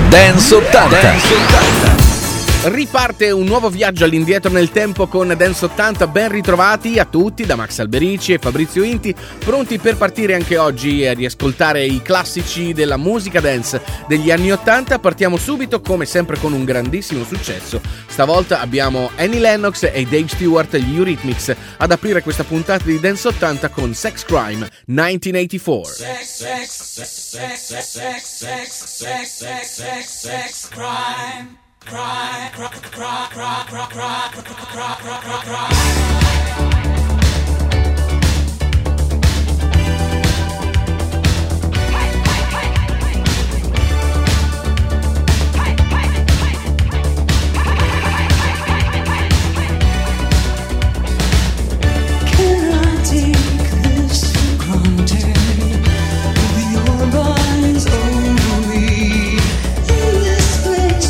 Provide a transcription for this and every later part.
Dance 80. Riparte un nuovo viaggio all'indietro nel tempo con Dance 80. Ben ritrovati a tutti da Max Alberici e Fabrizio Inti, pronti per partire anche oggi a riascoltare i classici della musica dance degli anni 80. Partiamo subito come sempre con un grandissimo successo. Stavolta abbiamo Annie Lennox e Dave Stewart, gli Eurythmics, ad aprire questa puntata di Dance 80 con Sex Crime 1984. Sex crime. Cry, cry, cry, cry, cry, cry, cry, cry, cry, cry.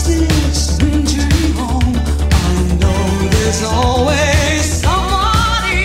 Always somebody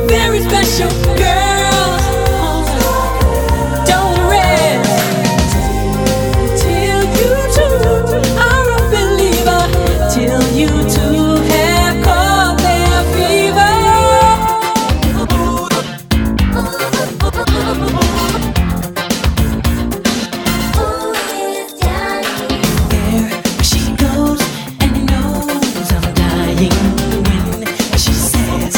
very special girl. Don't rest till you two are a believer, till you two have caught their fever. There she goes and knows I'm dying when she says,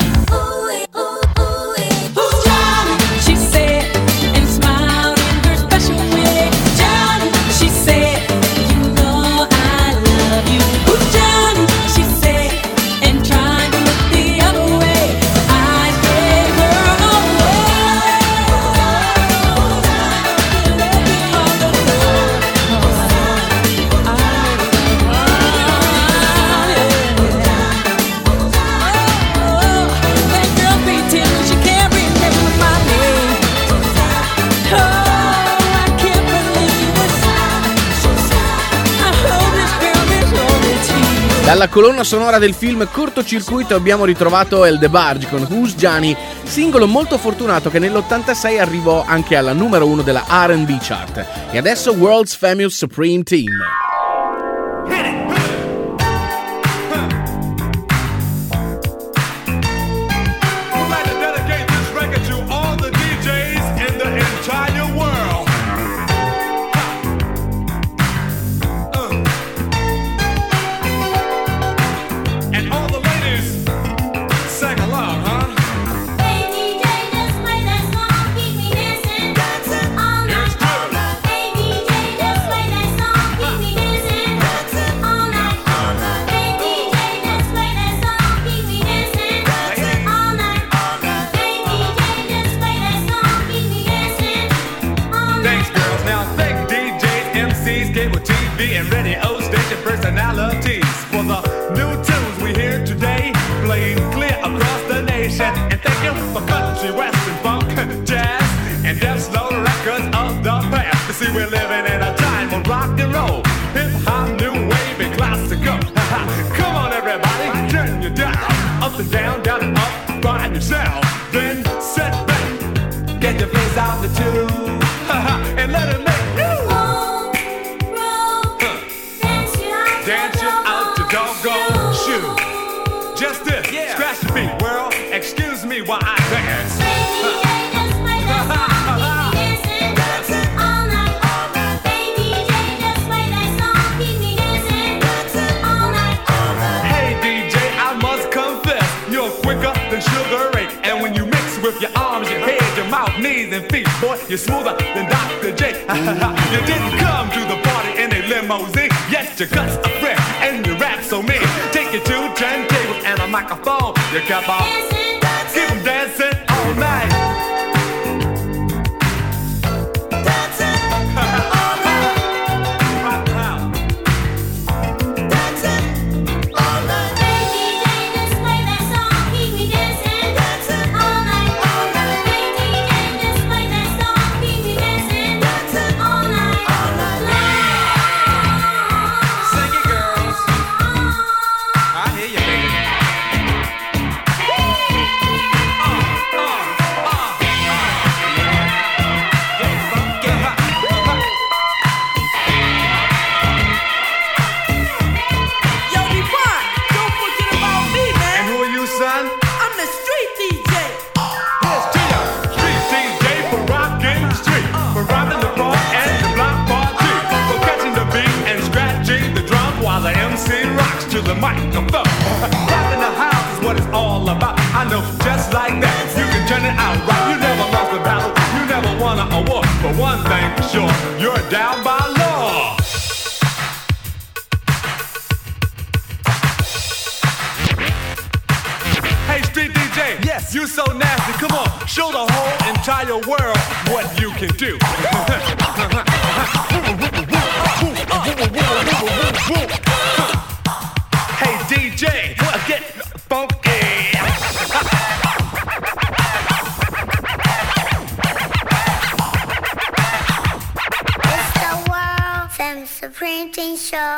who's Johnny? She said and smiled in her special way. Johnny, she said, you know I love you. Who's Johnny? She said and tried to look the other way. I gave her that girl pretends she can't remember my name. Oh, I can't believe it. I hope this girl is only tea. Dalla colonna sonora del film Cortocircuito abbiamo ritrovato El DeBarge con Who's Johnny, singolo molto fortunato che nell'86 arrivò anche alla numero 1 della R&B chart. E adesso World's Famous Supreme Team. We'd like to dedicate this record to all the DJs in the entire world. And all the ladies sang along, huh? Hey DJ, just play that song, keep me dancing all night. Hey DJ, just play that song, keep me dancing all night. Hey DJ, just play that song, keep me dancing all night. Hey DJ, just play that song, keep me dancing all night. Thanks, girls. Now thank DJs, MCs, cable TV, and radio station personalities for the new tunes we hear today, playing clear across the nation. And thank you for country, western, funk, jazz, and death slow records of the past. You see, we're living in a time of rock and roll, hip hop, new wave, and classical. Come on, everybody, turn your dial up and down, down and up, find yourself, then sit back, get your face out the tune, and let it make you. Dance you out your doggone shoe. Just this, scratch your feet, world. Excuse me while I dance. Hey DJ, I must confess, you're quicker than Sugar Ray. And when you mix with your arms, your head, your mouth, knees, and feet, boy, you're smoother than Dr. J. You didn't come to the party in a limousine, yet your guts are fresh and your rap so mean. Take your 2 turntables and a microphone. You kept on, keep 'em dancing all night. Rock the house. Sing it, girls. I hear you, baby. to the microphone. Rockin' the house is what it's all about. I know just like that, you can turn it out right. You never lost a battle, you never won an award. But one thing for sure, you're down by law. Hey, street DJ, yes, you so nasty. Come on, show the whole entire world what you can do. Hey, DJ, get funky. It's the World Famous Printing Show.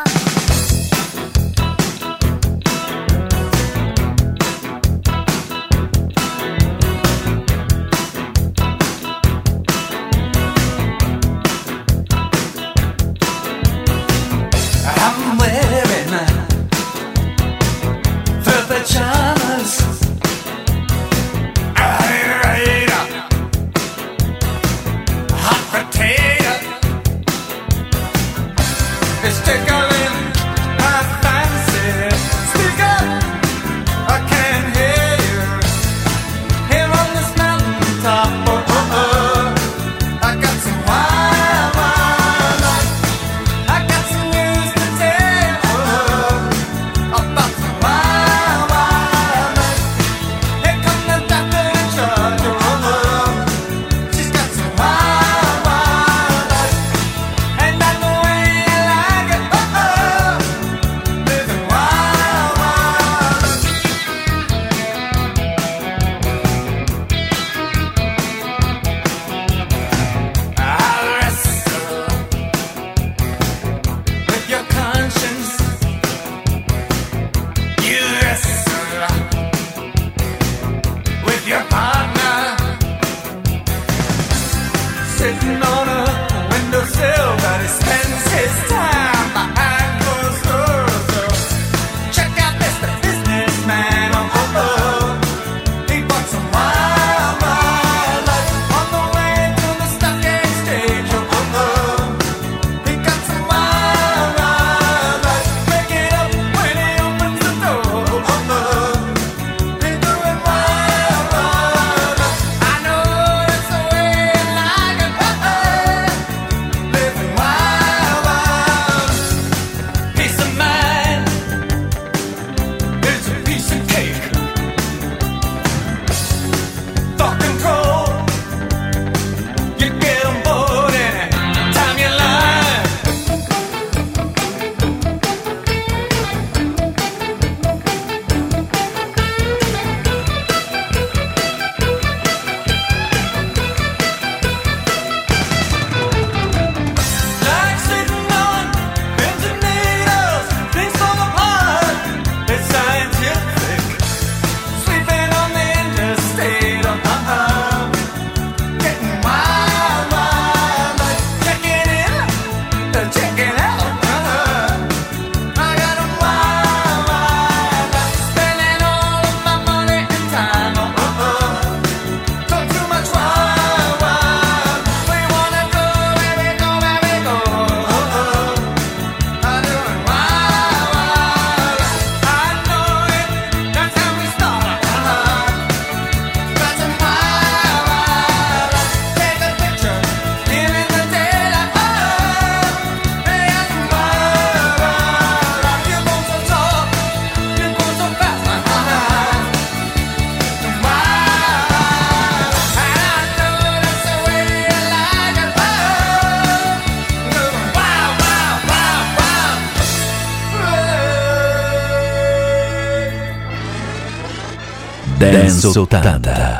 Dance 80.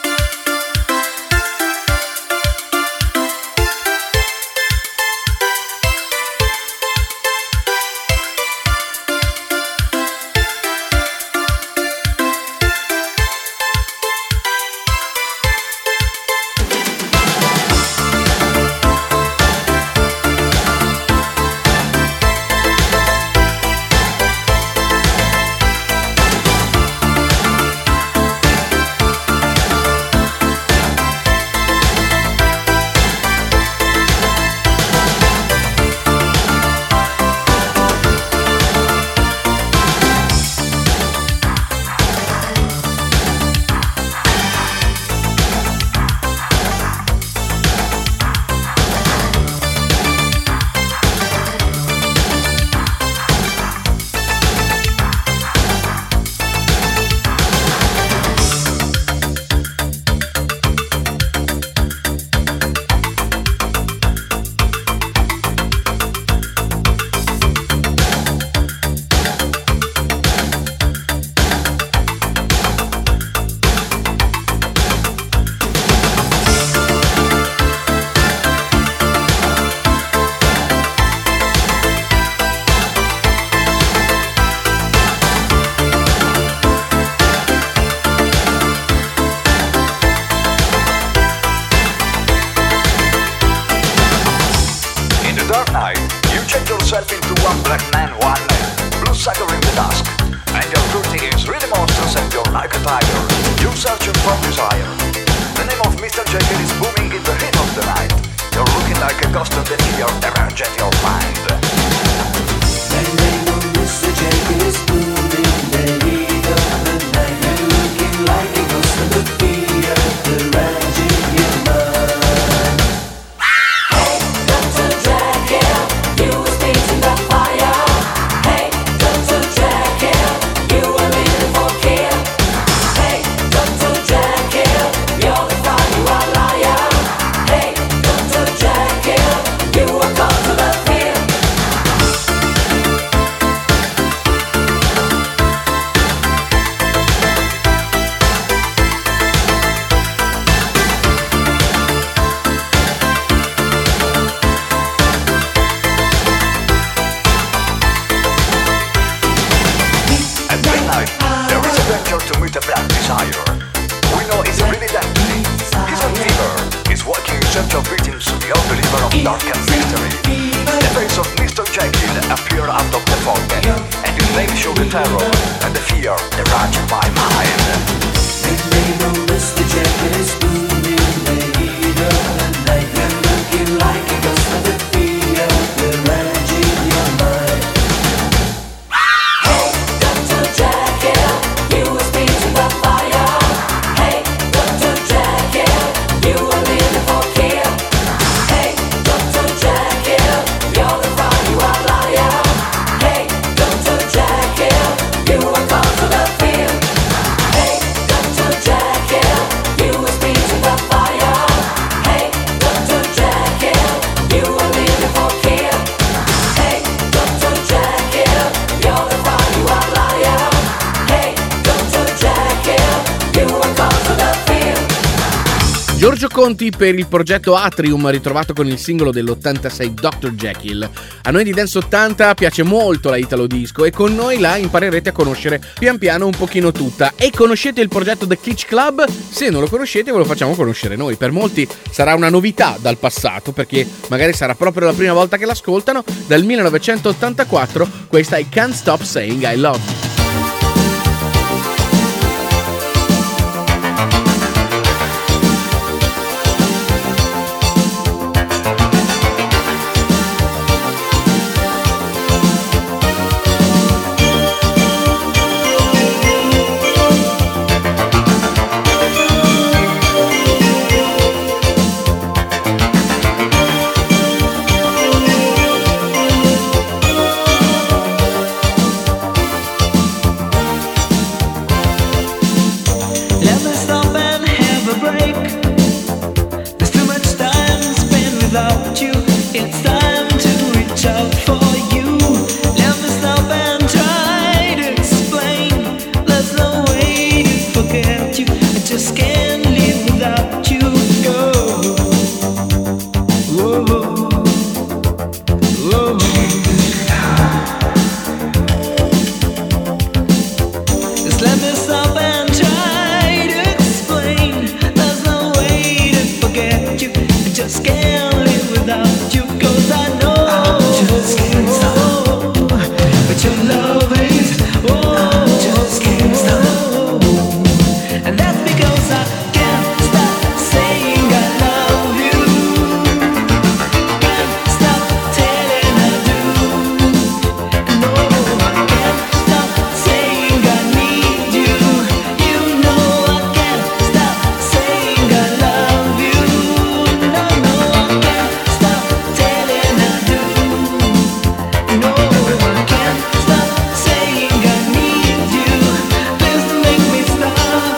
Giorgio Conti per il progetto Atrium, ritrovato con il singolo dell'86 Dr. Jekyll. A noi di Dance 80 piace molto la Italo Disco e con noi la imparerete a conoscere pian piano un pochino tutta. E conoscete il progetto The Kitsch Club? Se non lo conoscete ve lo facciamo conoscere noi. Per molti sarà una novità dal passato, perché magari sarà proprio la prima volta che l'ascoltano. Dal 1984 questa è Can't Stop Saying I Love You. just can't live without you, girl. Whoa, whoa. Just let me stop and try to explain. There's no way to forget you. I just can't live without you, 'cause I know I just can't stop. But your love is, I just can't stop. And that's because I can't stop saying I love you. Can't stop telling I do. No, I can't stop saying I need you. You know I can't stop saying I love you. No, I can't stop telling I do. No, I can't stop saying I need you. Please make me stop.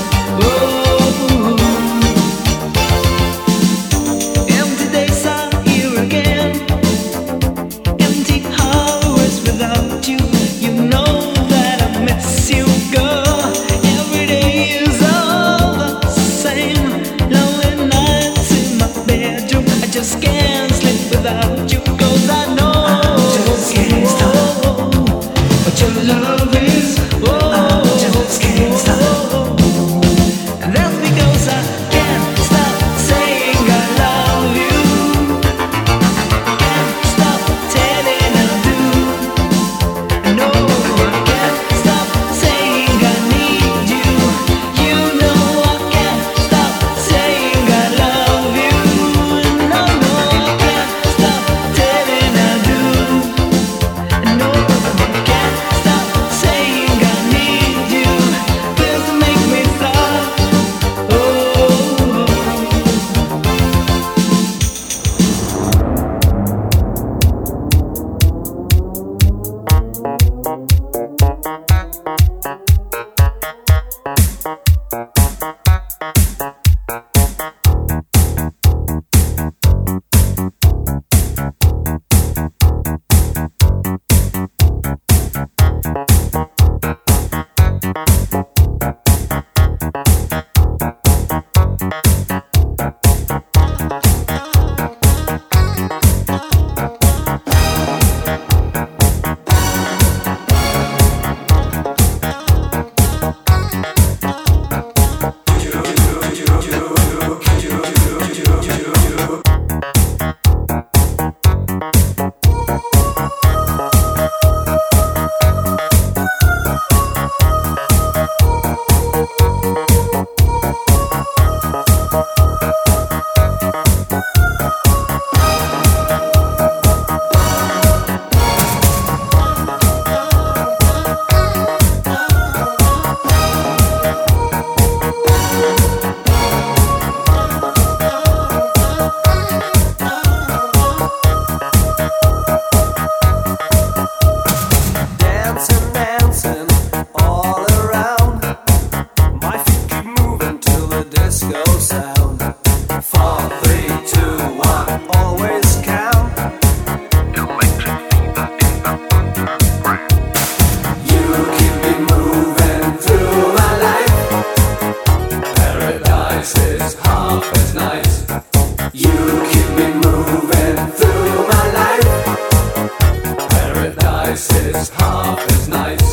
Empty days are here again. Empty hours without you. You know that I miss you, girl. Every day is all the same. Lonely nights in my bedroom. I just can't sleep without you, 'cause I know I just can't stop. But your love is, I just can't stop. And that's because I can't stop saying I love you. Can't stop telling I do. No, I can't stop saying I need you. You know I can't stop saying I love you. No, I can't stop telling I do. No, I can't stop saying I need you. Please make me stop. Dancing, dancing all around. My feet keep moving to the disco sound. 4, 3, 2, 1, always count. Electric fever in the underground. You keep me moving through my life. Paradise is half as nice. You keep me moving through my life. Paradise is half as nice.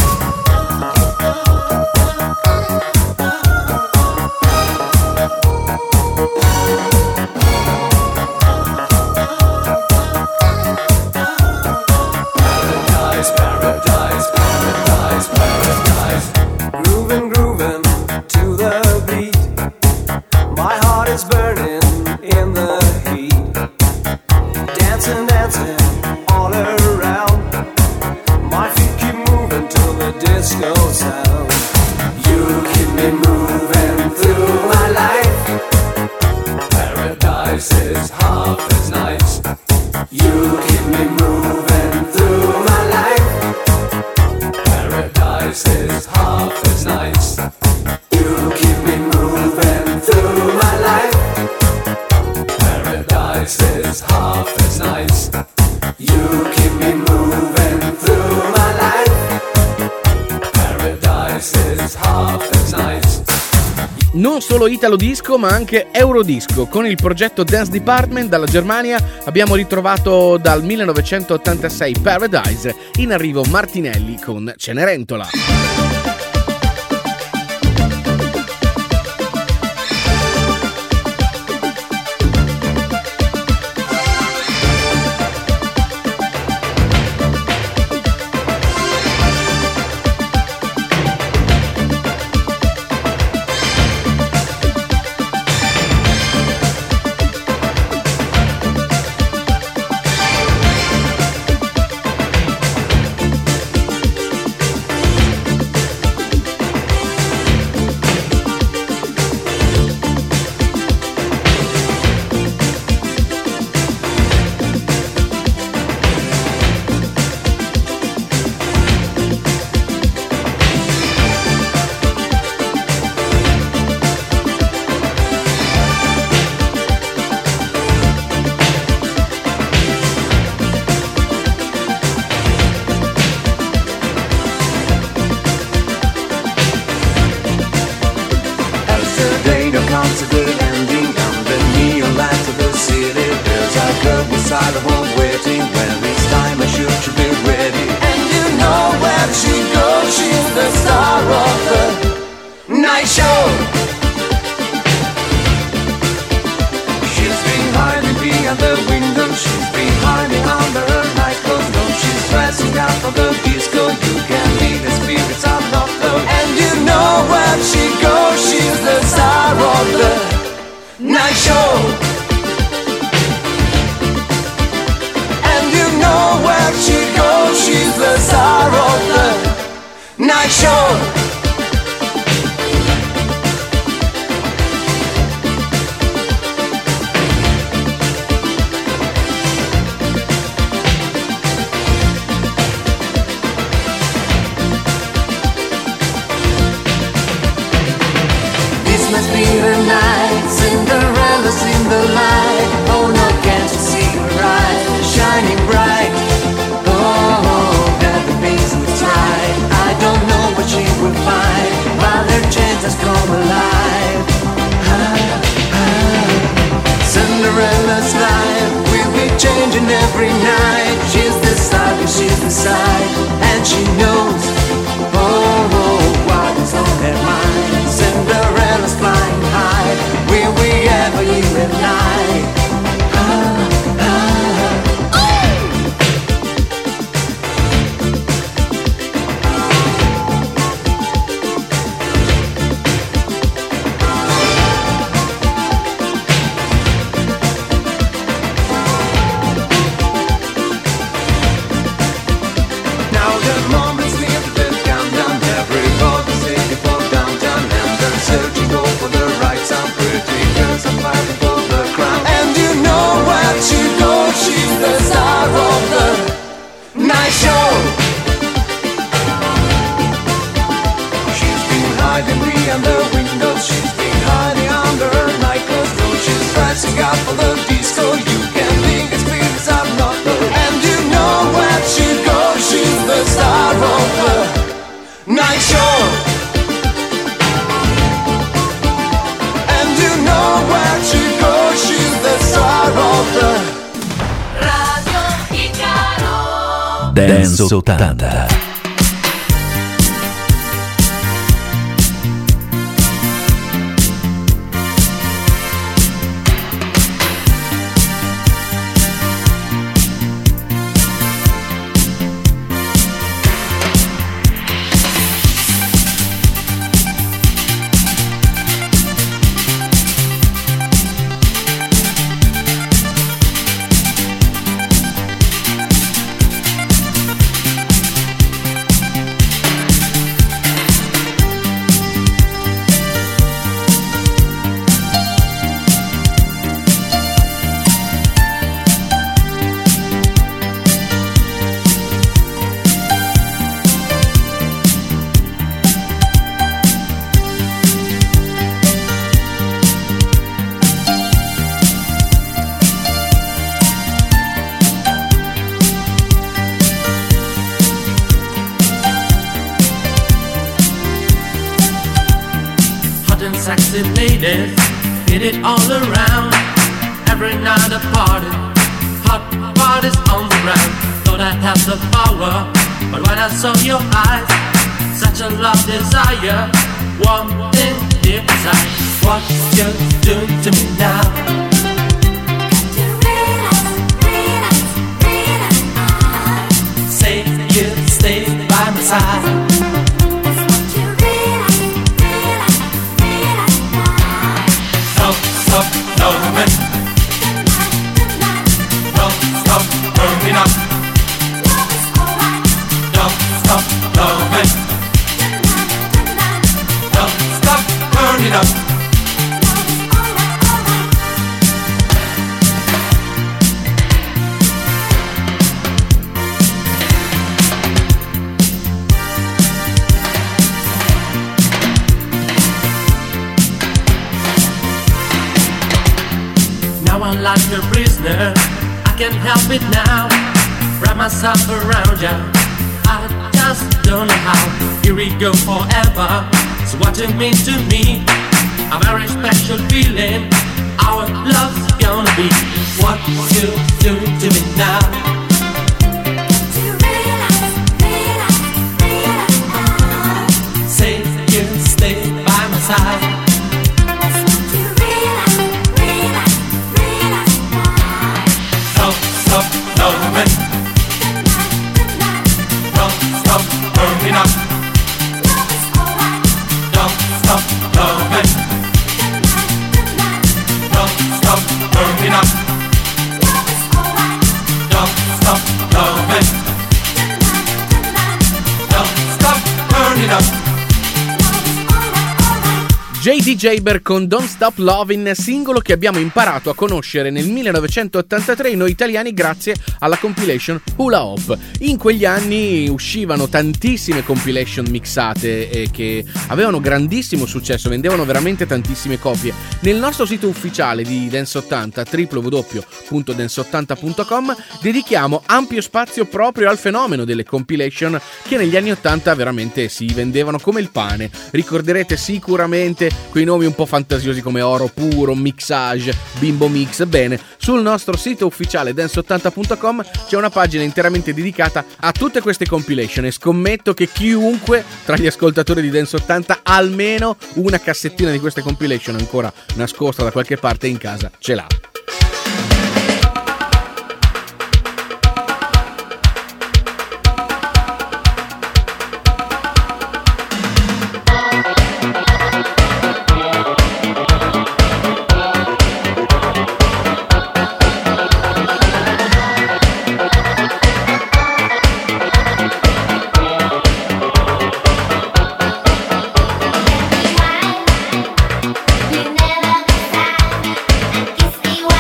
Paradise, paradise, paradise, paradise. Grooving, grooving to the beat. My heart is burning in the heat. Dancing, dancing all around. My feet keep moving to the disco sound. You keep me moving through my life. Paradise is half as nice. You keep me moving through my life. Paradise is half as nice. You keep me moving through my life. Paradise is half as nice. You keep me moving through my life. Paradise is half as nice. Non solo Italo Disco ma anche Eurodisco. Con il progetto Dance Department dalla Germania abbiamo ritrovato dal 1986 Paradise, in arrivo Martinelli con Cenerentola. Dance 80. hot and sexy ladies hit it all around. Every night a party, hot parties on the ground. Thought I had the power, but when I saw your eyes, such a love desire, one thing deep inside. What you doing to me now? Say you stay by my side. Don't stop loving. Don't stop burning up. Don't stop loving. Don't stop burning up. Now I'm like a prisoner, I can't help it now. Wrap myself around you, I just don't know how. Here we go forever, so what you mean to me? A very special feeling, our love's gonna be. What you doing to me now? Say you stay by my side. Don't stop loving. Don't stop burning up. Don't stop loving. Don't stop burning up. Don't stop loving. Don't stop burning up. JD Jaber con Don't Stop Lovin', singolo che abbiamo imparato a conoscere nel 1983 noi italiani grazie alla compilation Hula Hop. In quegli anni uscivano tantissime compilation mixate che avevano grandissimo successo, vendevano veramente tantissime copie. Nel nostro sito ufficiale di Dance 80, www.dance80.com, dedichiamo ampio spazio proprio al fenomeno delle compilation che negli anni 80 veramente si vendevano come il pane. Ricorderete sicuramente quei nomi un po' fantasiosi come Oro Puro, Mixage, Bimbo Mix. Bene, sul nostro sito ufficiale dance80.com c'è una pagina interamente dedicata a tutte queste compilation e scommetto che chiunque tra gli ascoltatori di Dance 80 almeno una cassettina di queste compilation ancora nascosta da qualche parte in casa ce l'ha. You never decide, and kiss me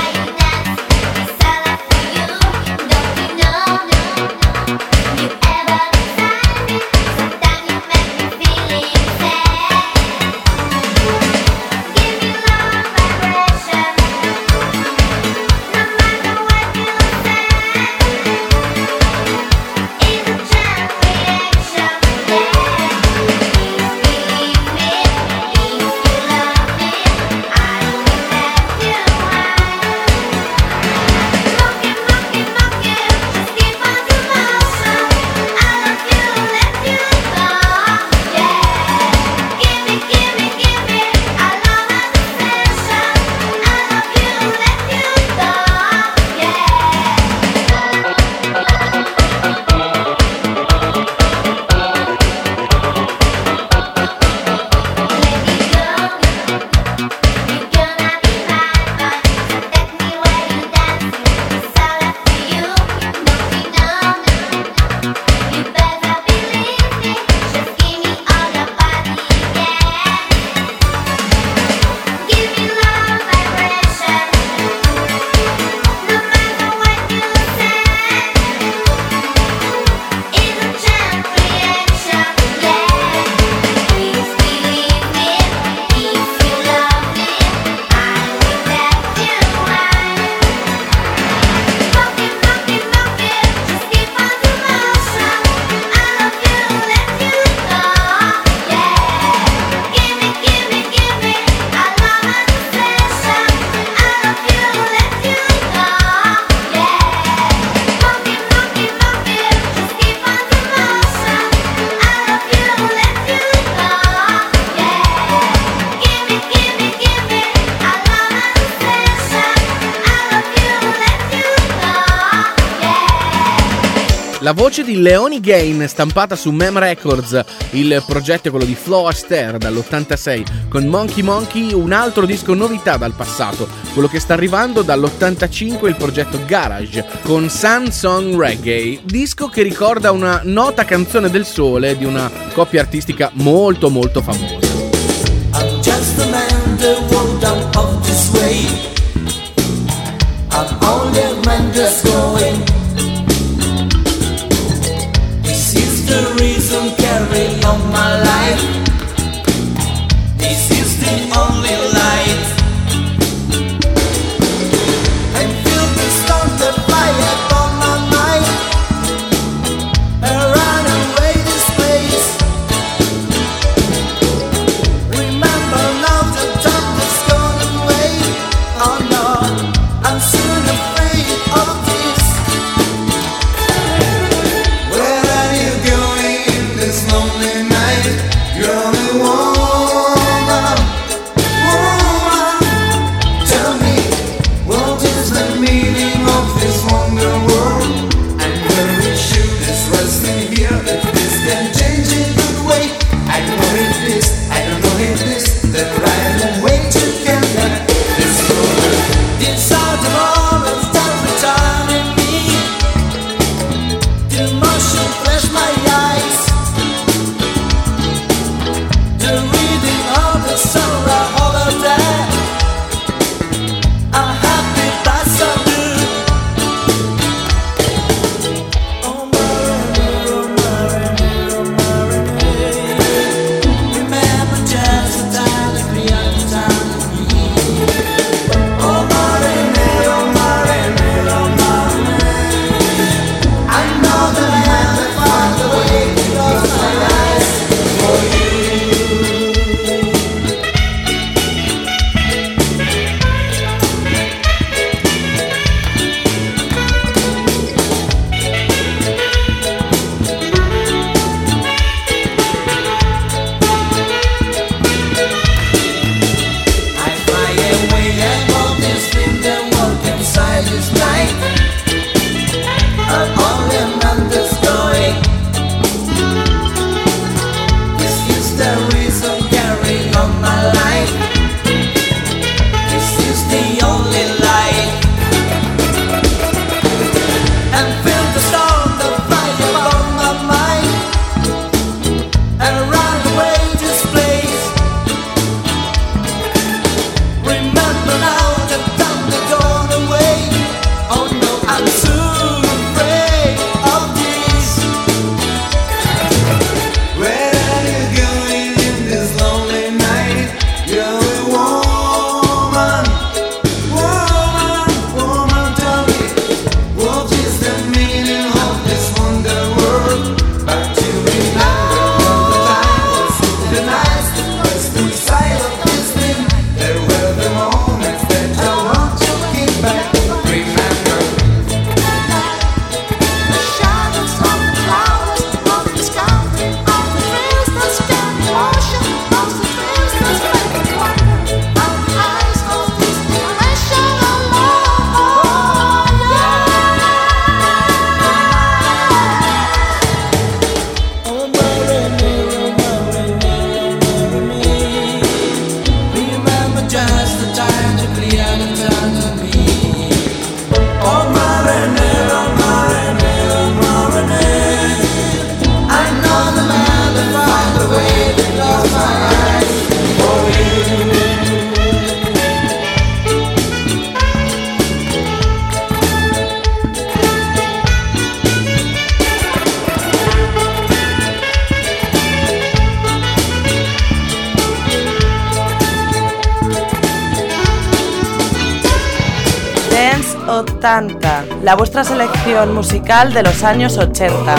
La voce di Leoni Gain stampata su Mem Records, il progetto è quello di Flo Astaire dall'86 con Monkey Monkey, un altro disco novità dal passato, quello che sta arrivando dall'85 il progetto Garage con Sun Song Reggae, disco che ricorda una nota canzone del sole di una coppia artistica molto molto famosa. I'm just a man that walked down of this way. I'm only a man that's going. This is the reason carry on my life. This is the only light. I feel the storm, the fire on my mind. I run away this place. Remember now the time that's gone away. Oh no, I'm soon afraid of this. Where are you going in this lonely night? You're the woman, woman. Tell me, what is the meaning of this wonder world? I'm very sure this resting here, if this can change in good way. I don't know if this, I don't know if this, the right way to get back this moment. These are the moments that return in me. The emotion flash my eyes. The reading of the sorrow over there. A happy that's so good. Oh remember just the time that we are the time of me. Oh Marinero, Marinero, Marinero. I know the man that found the way to close my eyes for you. I fly away above this dream that walk inside this night. I'm only a man that's going. This is the reason carrying on my life. This is the only light. And feel the storm, the fire on my mind. And run away this place. Remember now the time that gone away. Oh no, I'm soon afraid of this. Where are you going in this lonely night? You're a woman, woman, woman. Tell me, what is the meaning of this wonder world? But to remember all the times, the nights, the first inside of this dream. There were the moments that I want to keep back. Remember. The shadows of the flowers, of the sky, of the trees that scan the ocean, of the dreams that spread the wonder, of the eyes of this dimension of love. Oh, Oh Marinero, Marinero, Marinero. Remember just the time to clear the time of me. Oh Marinero, Marinero, Marinero. I know the man that found the way to close my eyes for you. Dance 80, la vuestra selección musical de los años 80.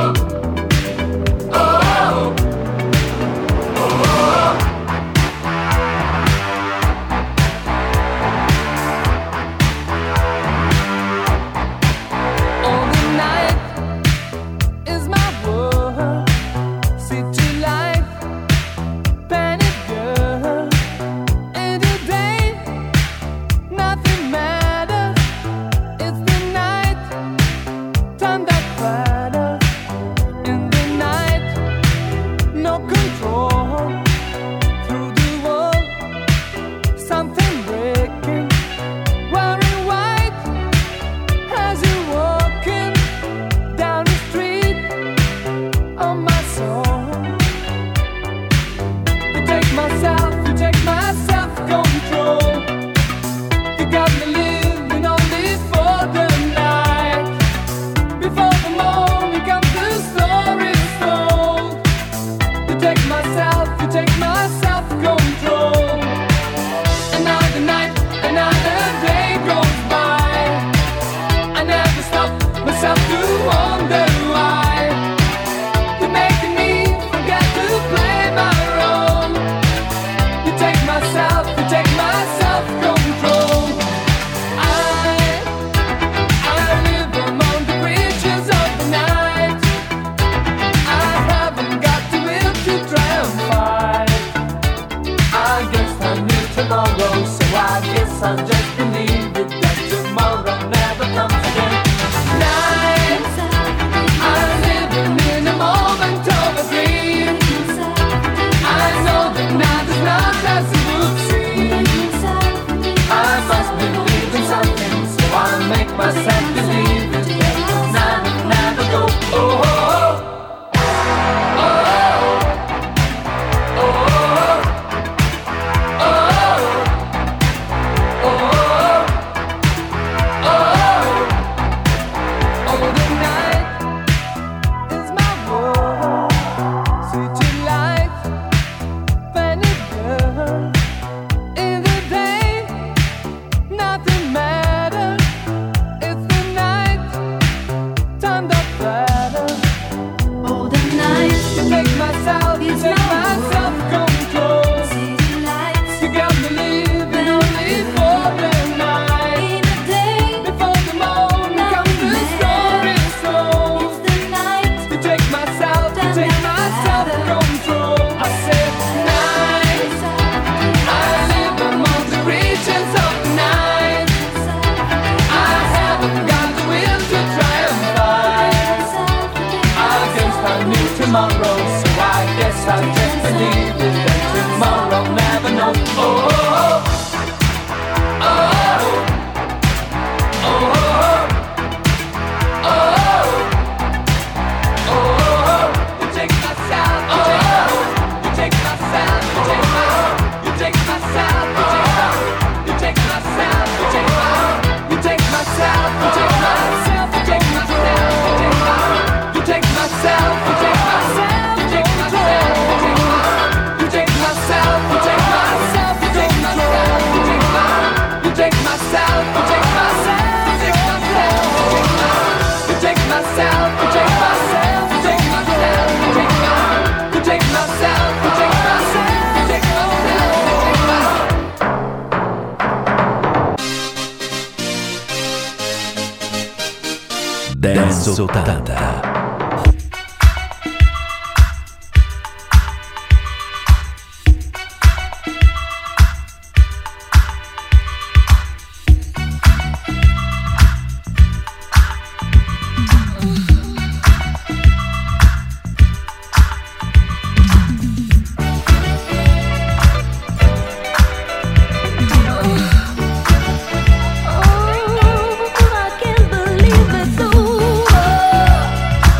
Only night is my world. City life, panic girl. In the day, nothing matters. It's the night, turn that brighter. guess I knew tomorrow, so I guess I'll just believe it that tomorrow never comes again. Nights, I'm living in a moment of a dream. I know that night is not as it would seem. I must believe in something, so I make myself believe it that the night will never go. Oh, oh, oh. Dance 80. I can't believe it.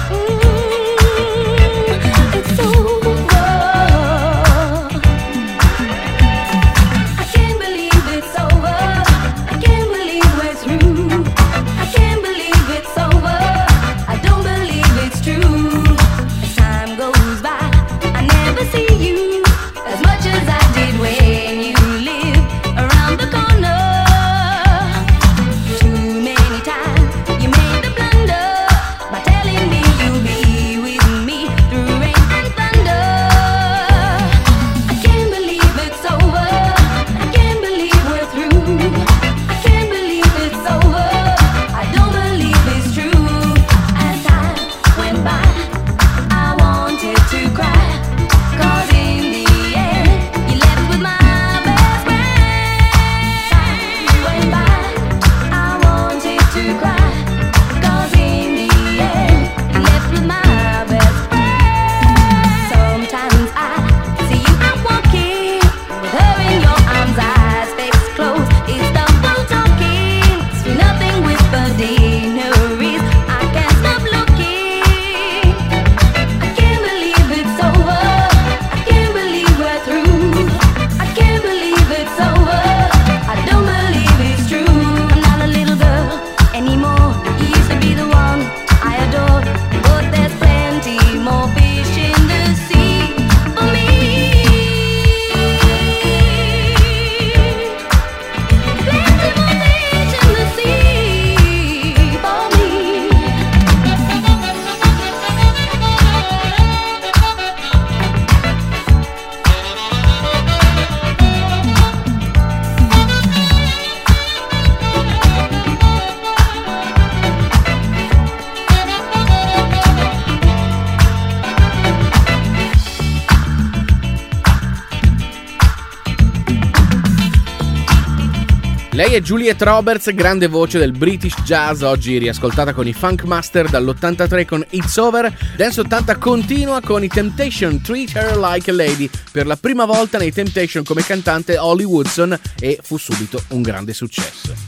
Lei è Juliette Roberts, grande voce del British Jazz, oggi riascoltata con i Funk Master dall'83 con It's Over. Dance 80 continua con i Temptation, Treat Her Like a Lady, per la prima volta nei Temptation come cantante Holly Woodson, e fu subito un grande successo.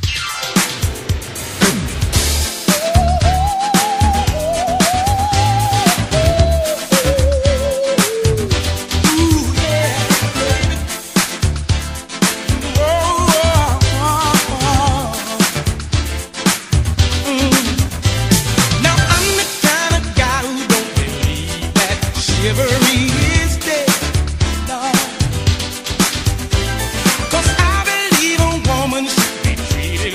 Treated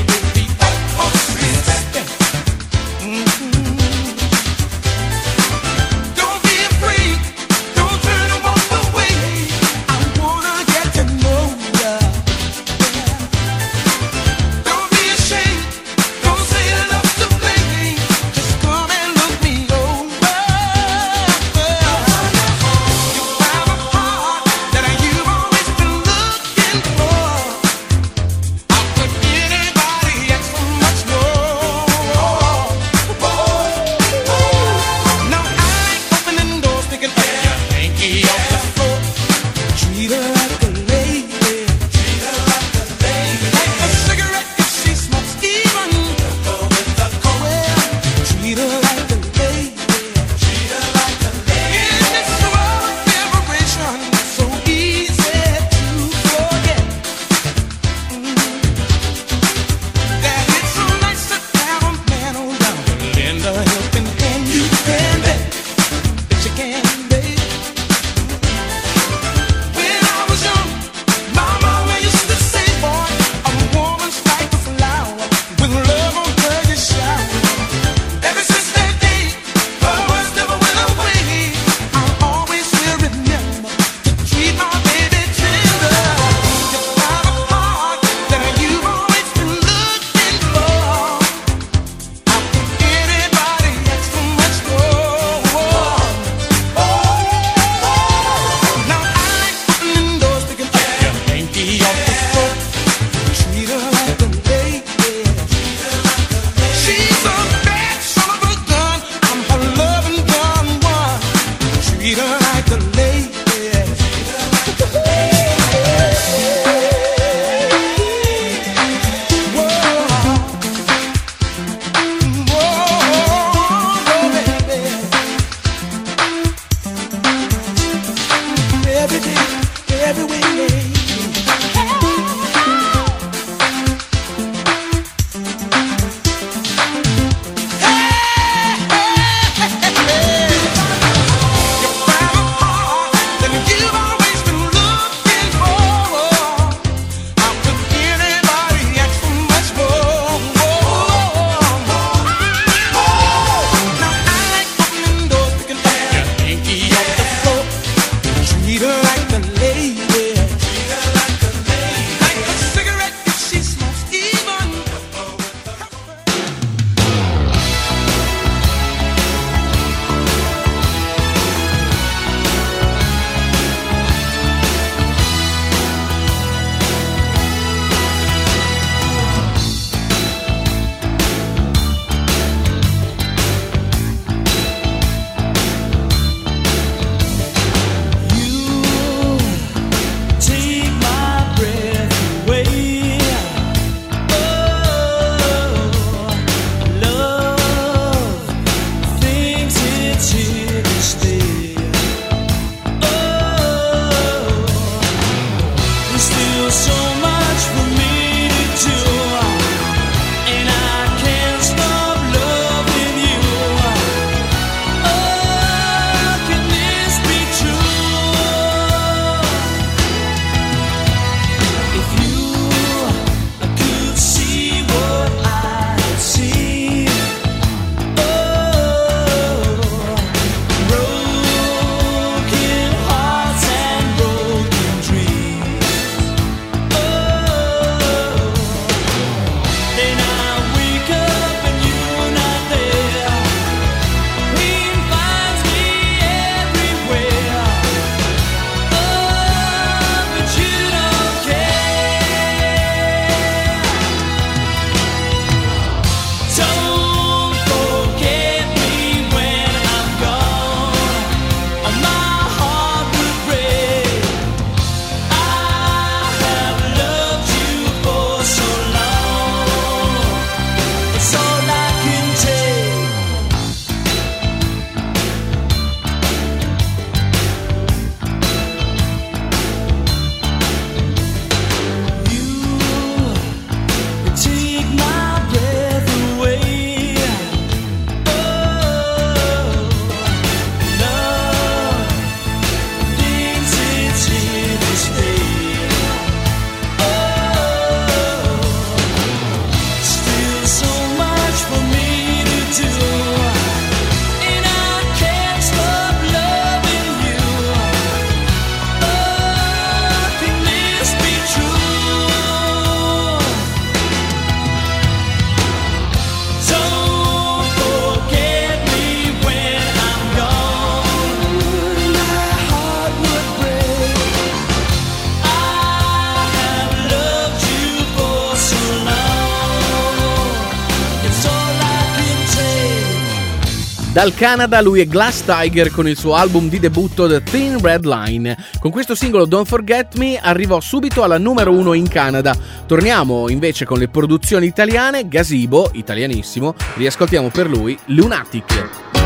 Dal Canada lui è Glass Tiger con il suo album di debutto The Thin Red Line. Con questo singolo Don't Forget Me arrivò subito alla numero 1 in Canada. Torniamo invece con le produzioni italiane. Gazebo, italianissimo, riascoltiamo per lui Lunatic.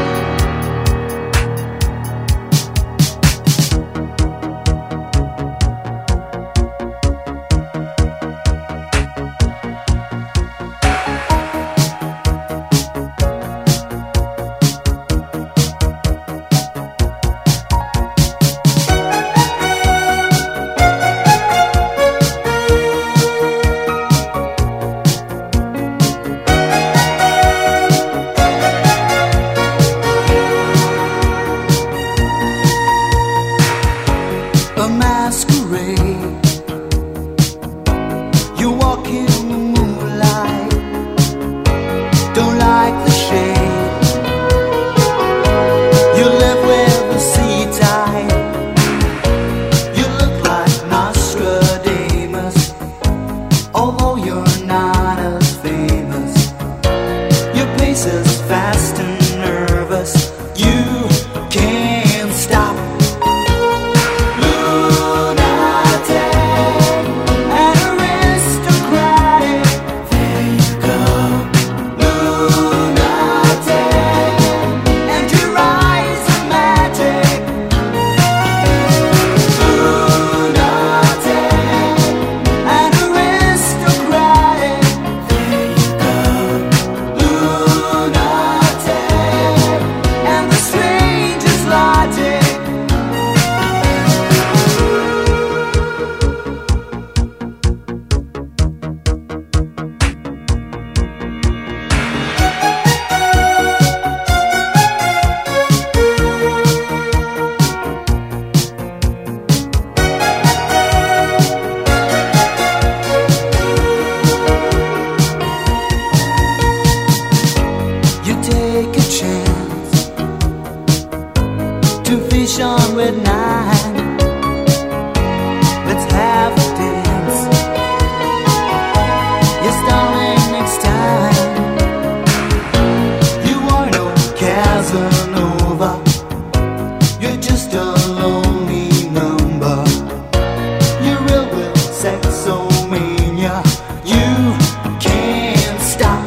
A masquerade. You walk in the moonlight. Don't like the shade. You live with the sea tide. You look like Nostradamus, although you're not as famous. Your pace is fast and nervous. You can't stop. On with 9. Let's have a dance. You're stalling next time. You are no Casanova. You're just a lonely number. You're real with sexomania. You can't stop.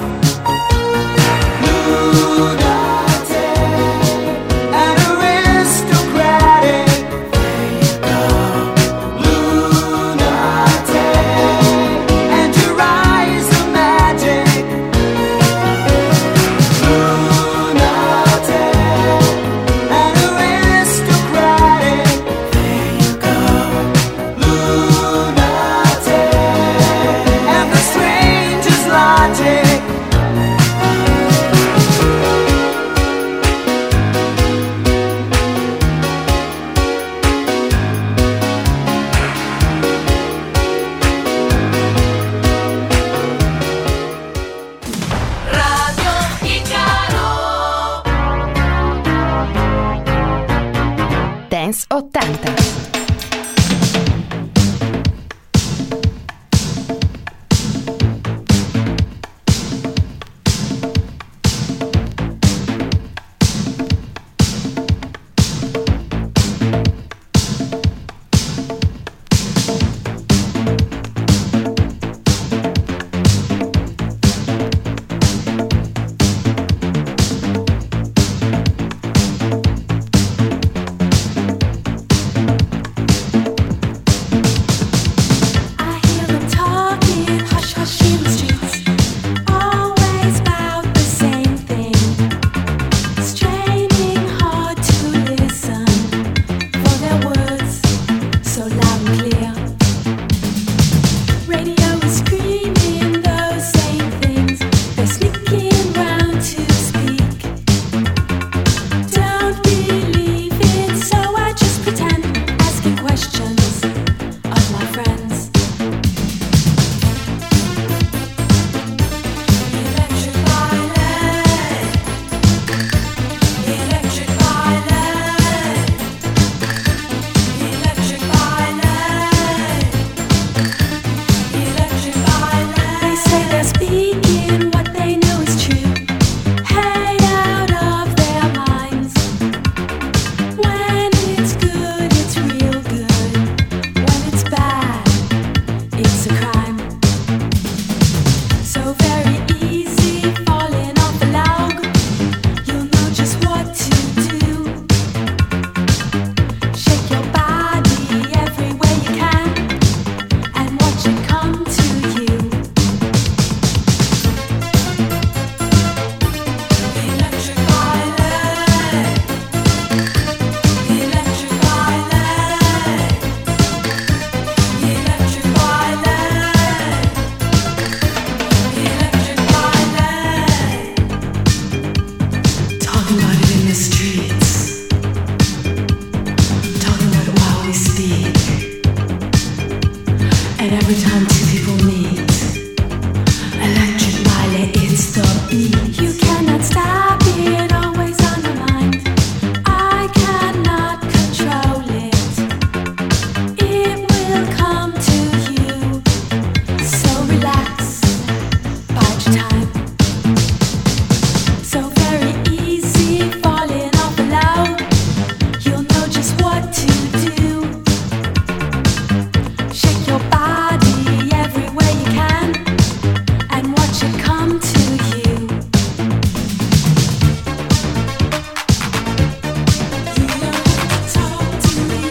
Dance 80. beautiful meet. Electric violet, it's the beat. You cannot stop it, always on the mind. I cannot control it. It will come to you. So relax, bide your time. So very easy, falling off below. You'll know just what to do. Shake your body everywhere you can and watch it come to you. You don't have to talk to me.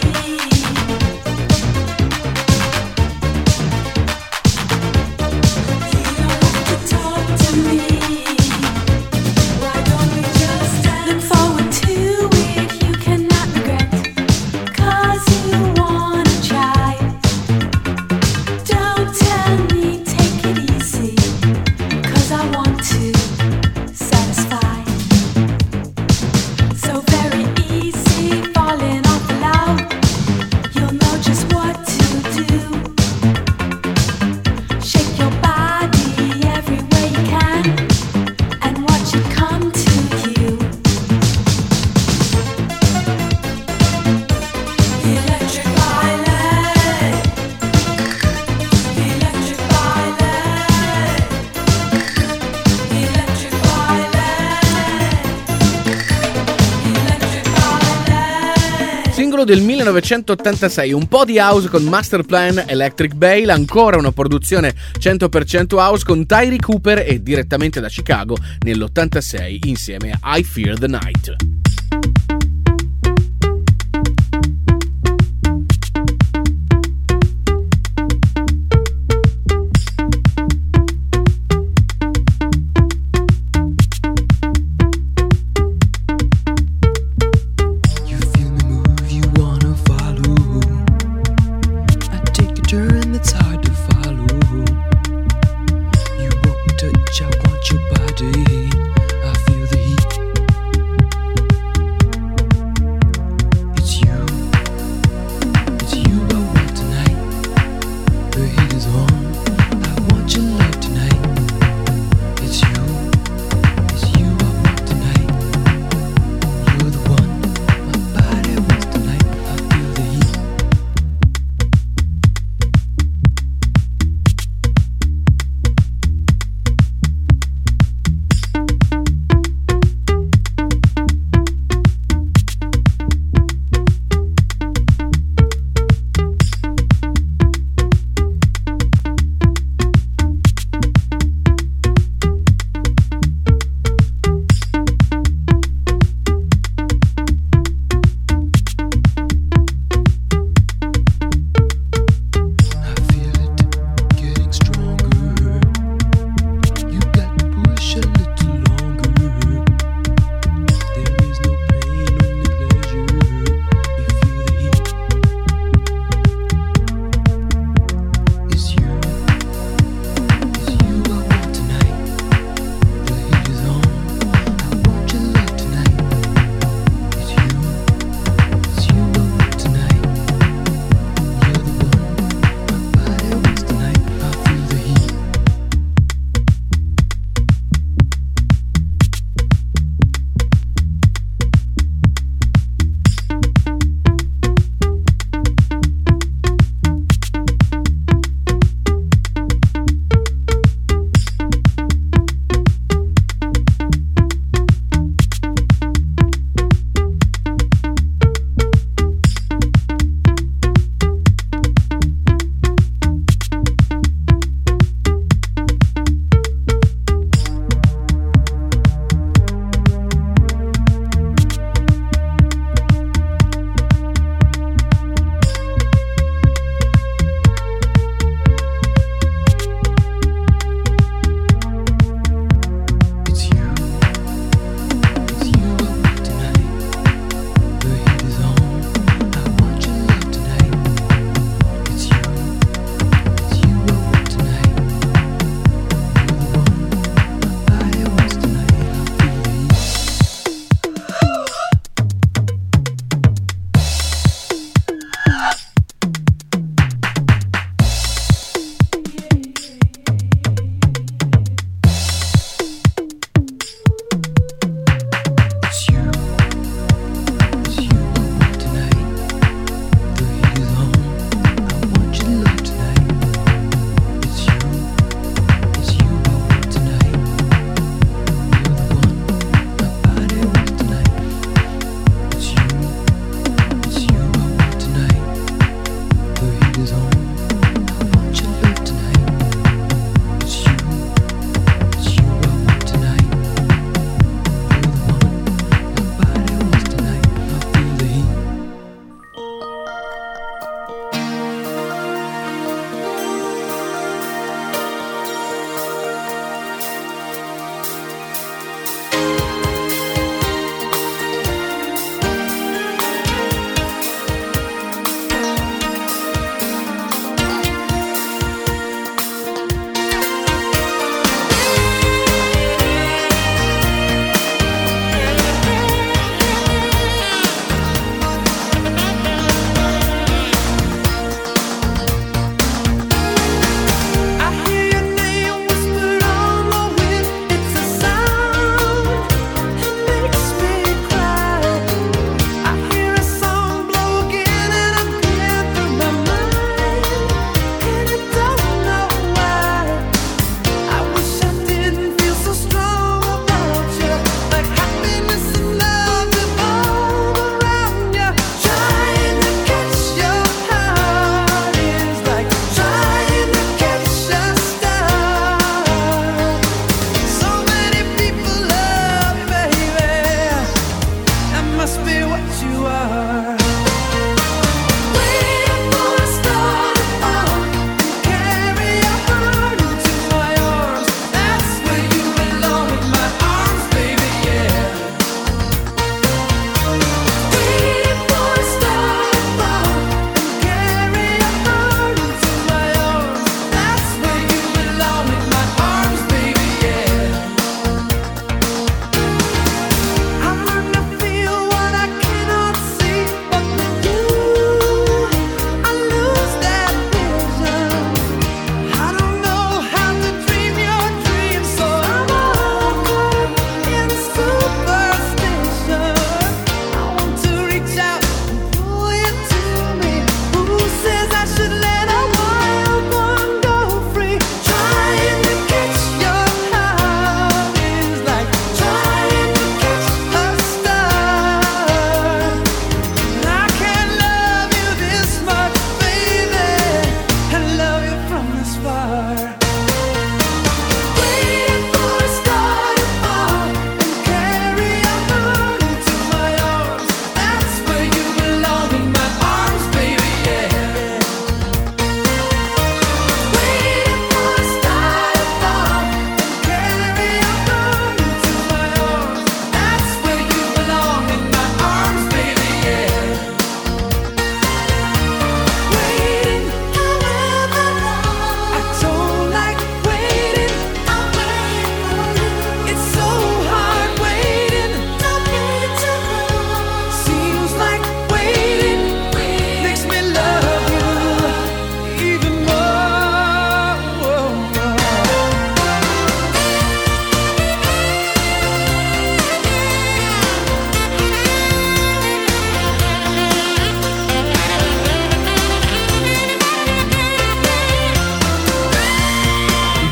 You don't have to talk to me. Why don't we just look forward to it? You cannot regret, 'cause you wanna try. Don't tell me take it easy, 'cause I want to satisfy. So very easy, falling off the loud. You'll know just what to do. Shake your body everywhere you can and watch it come to you. Electric violet. Electric violet. Electric violet. Electric violet. Singolo del 1986, un po' di house con Masterplan, Electric Bale, ancora una produzione 100% house con Tyree Cooper e direttamente da Chicago nell'86 insieme a I Fear the Night. You feel me move, you wanna follow. I take a turn that's hard to follow. You want me touch, I want your body. I feel the heat.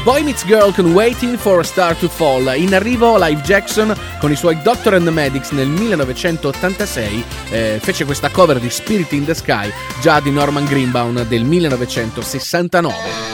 Boy Meets Girl con Waiting for a Star to Fall. In arrivo Live Jackson con i suoi Doctor and the Medics nel 1986 fece questa cover di Spirit in the Sky, già di Norman Greenbaum del 1969.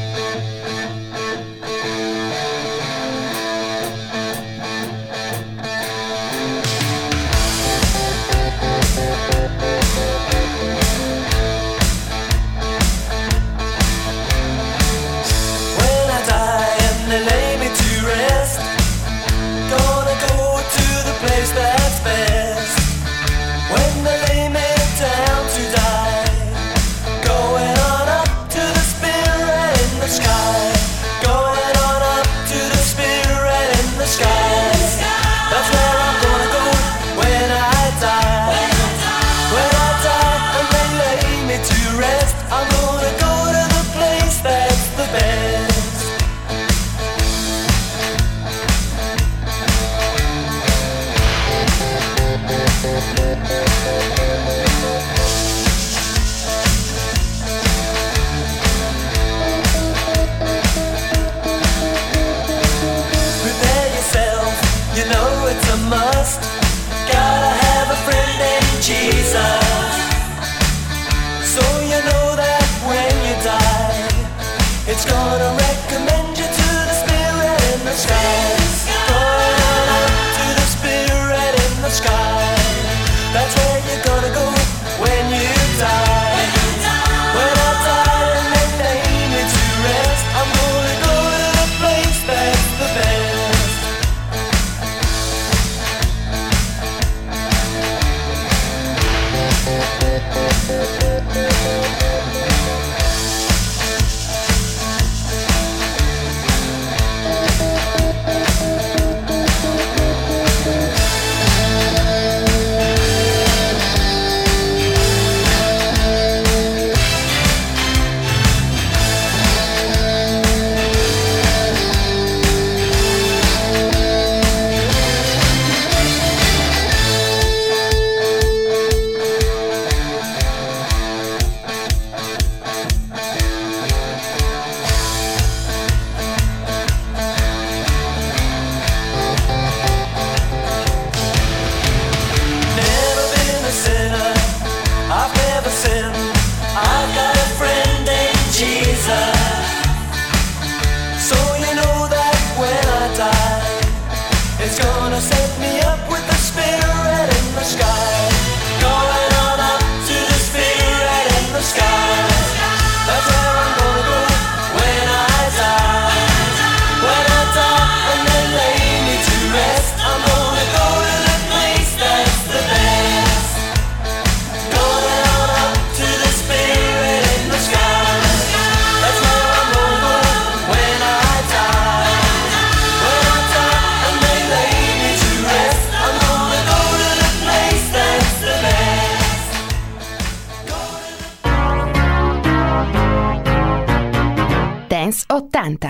Dance 80.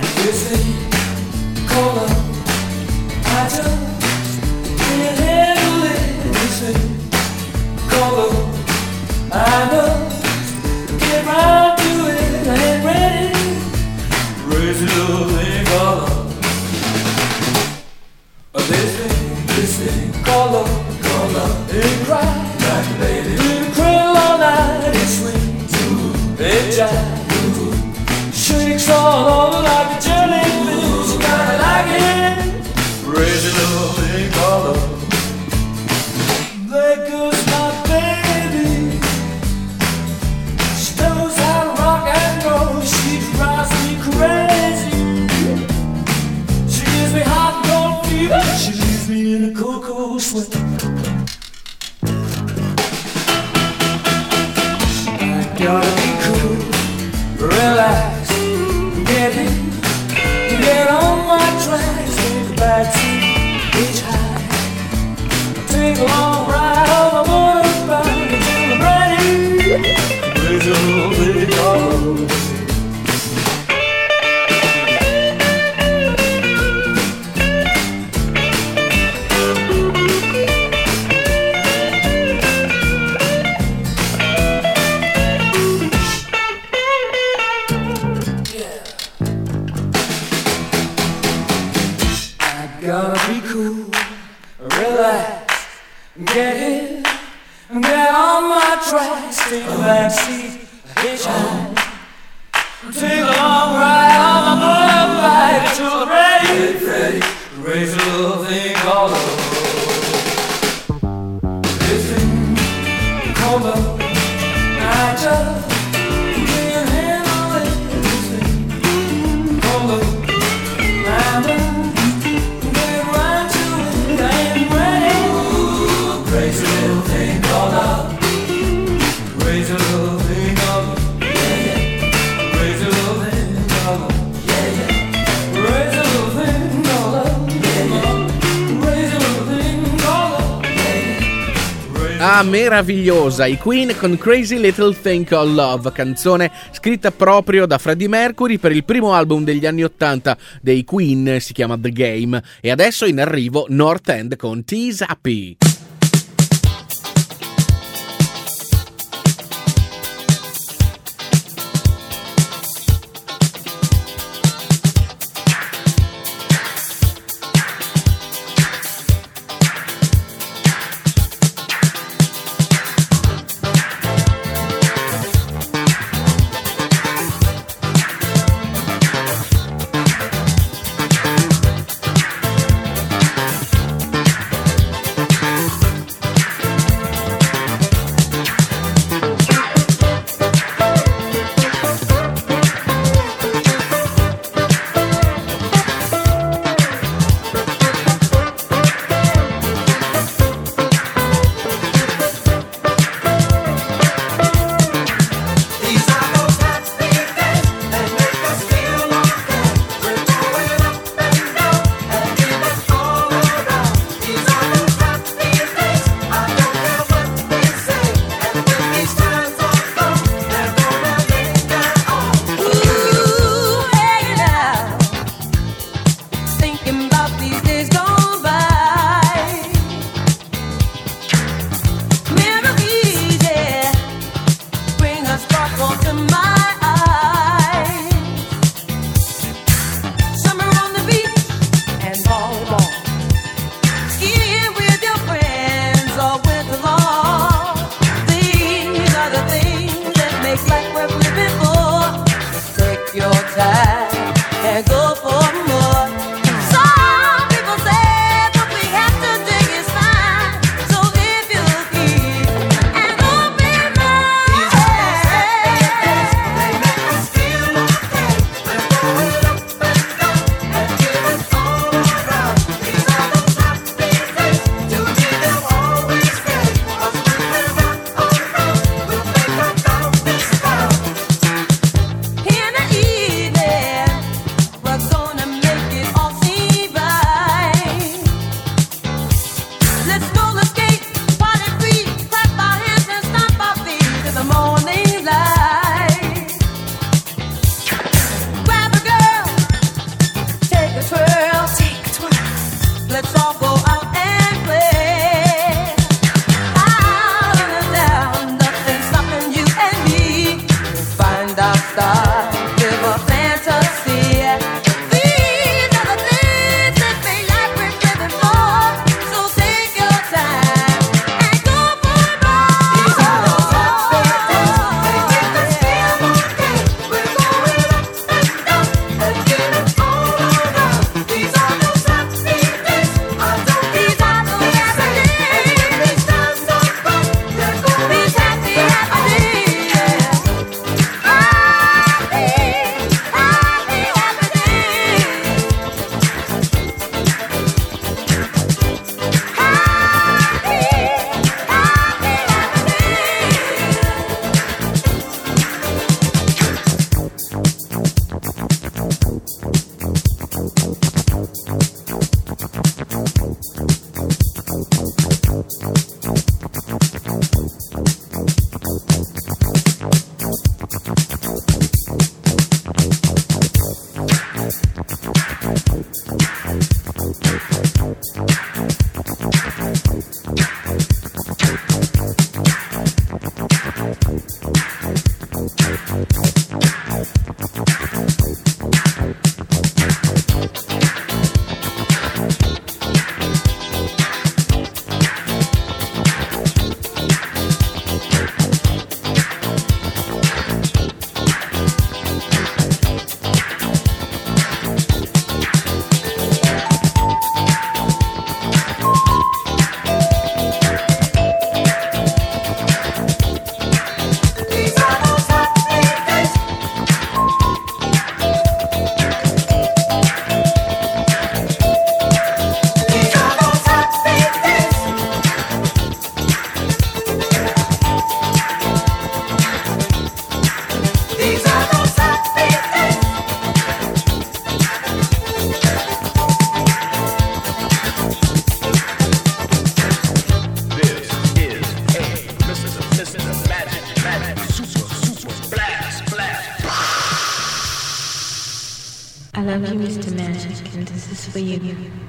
Shakes all over like a jellyfish. You gotta like it. Crazy loving color. There goes my baby. She knows how to rock and roll. She drives me crazy. She gives me hot and cold fever. She leaves me in a cold, cold sweat. I gotta be cool, relax, get in, get on my tracks, take a backseat, hitchhike, take a long ride on my motorbike until I'm ready. Raise a little bit of Gotta be cool, relax, get hit, get on my tracks, take a back seat, hitchhike, take a long ride on my motorbike to the ready, raise a little thing called love. This thing called love, I just can't handle it. This thing called love, I'm get right to it, I ain't ready. Crazy little thing called love, crazy little thing called love, yeah, yeah. Crazy little thing called love, yeah, yeah. Crazy little thing called love, yeah, yeah. Crazy little thing called love, yeah, yeah. Ah, meravigliosa, i Queen con Crazy Little Thing Called Love, canzone scritta proprio da Freddie Mercury per il primo album degli anni 80 dei Queen, si chiama The Game, e adesso in arrivo North End con Tease Happy. love you, Mr. Magic, and this is for you.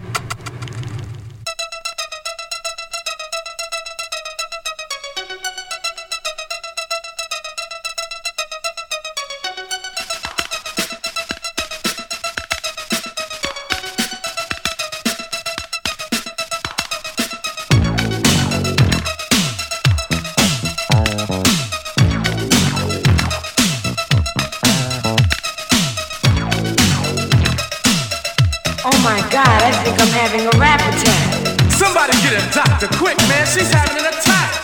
Oh my God, I think I'm having a rap attack. Somebody get a doctor quick, man. She's having an attack.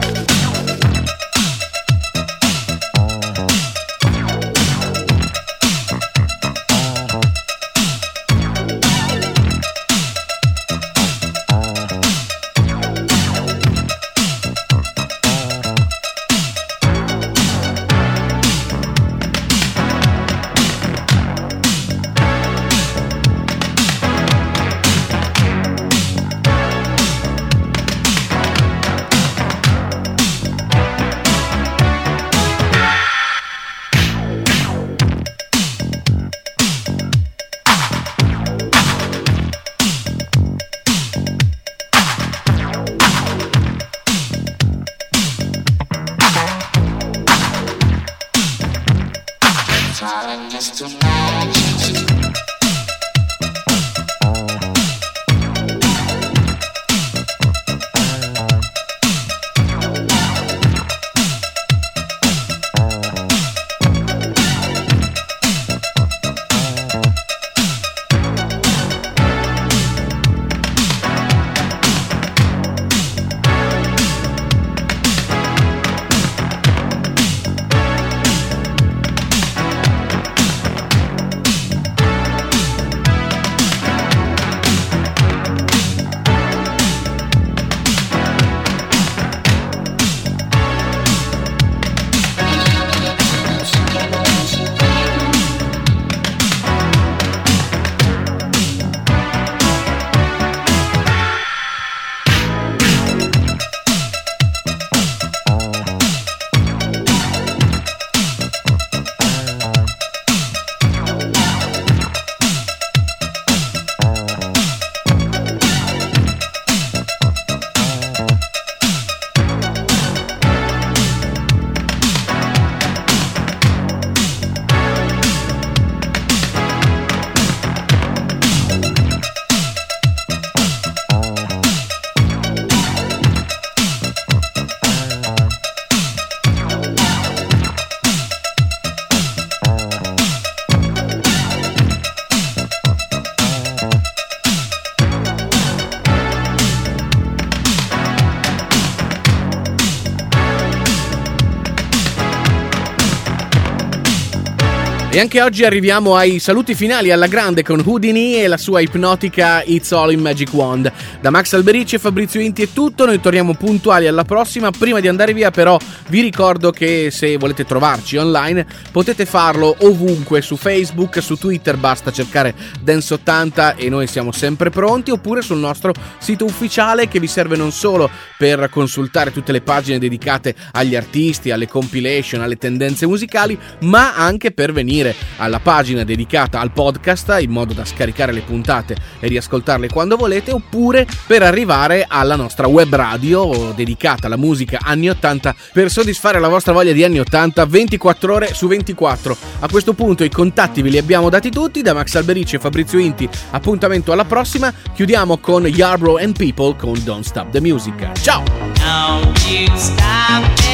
E anche oggi arriviamo ai saluti finali alla grande con Houdini e la sua ipnotica It's All in Magic Wand. Da Max Alberici e Fabrizio Inti è tutto, noi torniamo puntuali alla prossima. Prima di andare via però vi ricordo che se volete trovarci online potete farlo ovunque, su Facebook, su Twitter, basta cercare Dance 80 e noi siamo sempre pronti, oppure sul nostro sito ufficiale che vi serve non solo per consultare tutte le pagine dedicate agli artisti, alle compilation, alle tendenze musicali, ma anche per venire alla pagina dedicata al podcast in modo da scaricare le puntate e riascoltarle quando volete, oppure per arrivare alla nostra web radio dedicata alla musica anni 80 per soddisfare la vostra voglia di anni 80 24 ore su 24. A questo punto i contatti ve li abbiamo dati tutti. Da Max Alberici e Fabrizio Inti appuntamento alla prossima, chiudiamo con Yarbrough and People con Don't Stop the Music. Ciao! Don't you stop